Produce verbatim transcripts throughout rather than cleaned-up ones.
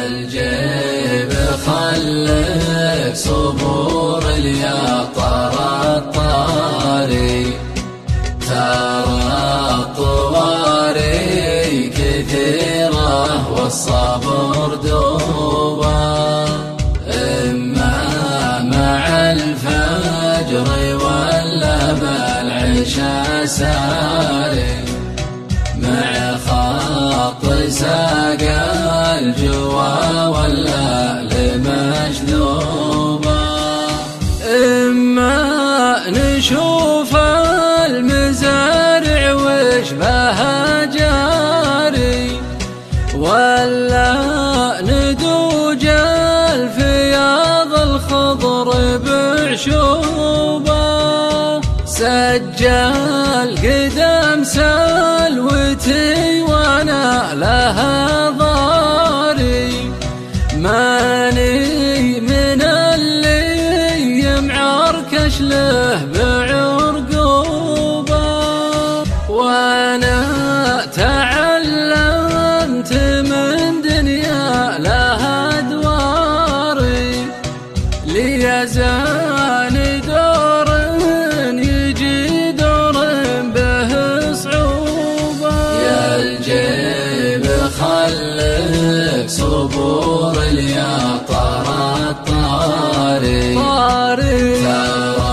الجيب خلك صبور اليطر الطاري، ترى الطواري كثيرة والصبر دوبا، إما مع الفجر ولا بالعشاء ساري، مع خط ساقى الجوا ولا لمجذوبة، إما نشوف المزارع وش بها جاري، ولا ندوج الفياض الخضر بعشوبة، سجل قدام سلوتي وانا لها ضاري، ماني من اللي يمعركش له بعرقوبة، وانا تعلمت من دنيا لها دواري، ليزان دور يجي دور به صعوبة. يا الجيب خلك صبور اليطر الطاري، ترى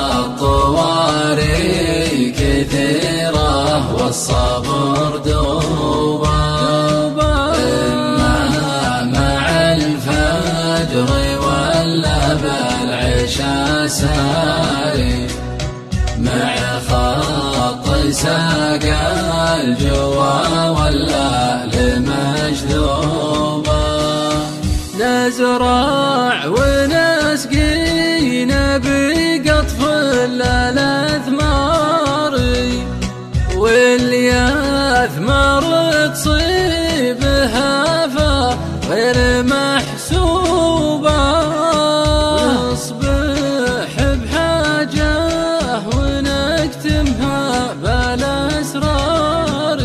الطواري كثيرة والصبر دوبا، إما مع الفجر ولا بالعشاء ساري، مع خط ساقى الجوا ولا لمجذوبة، نزرع ونسقي نبي قطف الأثمار، والياثمر تصيبها غير محسوبة، نصبح بحاجة ونكتمها بالأسرار،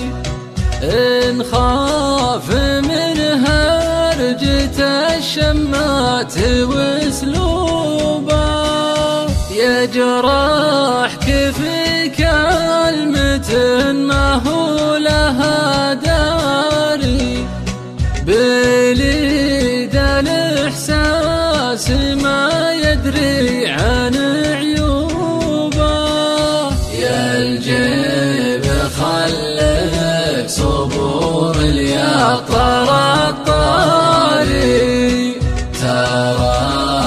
نخاف من هرجة الشمات واسلوبه، يا جراح كفي كلمة ما هو لها داري، بليد الإحساس ما يدري عن عيوبه، يا الجيب خلك صبور اليطر الطاري، ترى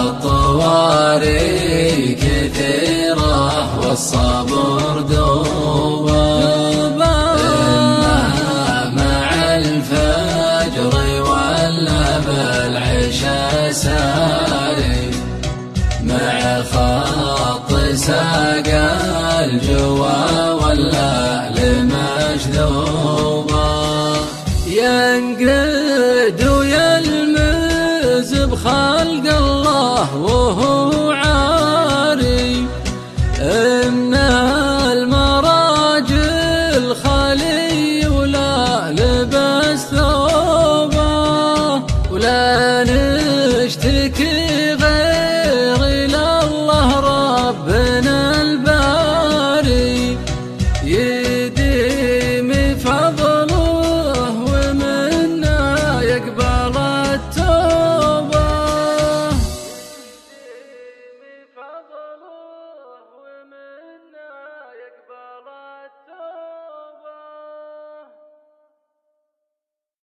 الطواري كثيرة والصبر دوبا، إما مع الفجر ولا بالعشاء ساري، مع خط ساقى الجوا ولا لمجذوبة، ينقد ويلمز بخلق الله وهو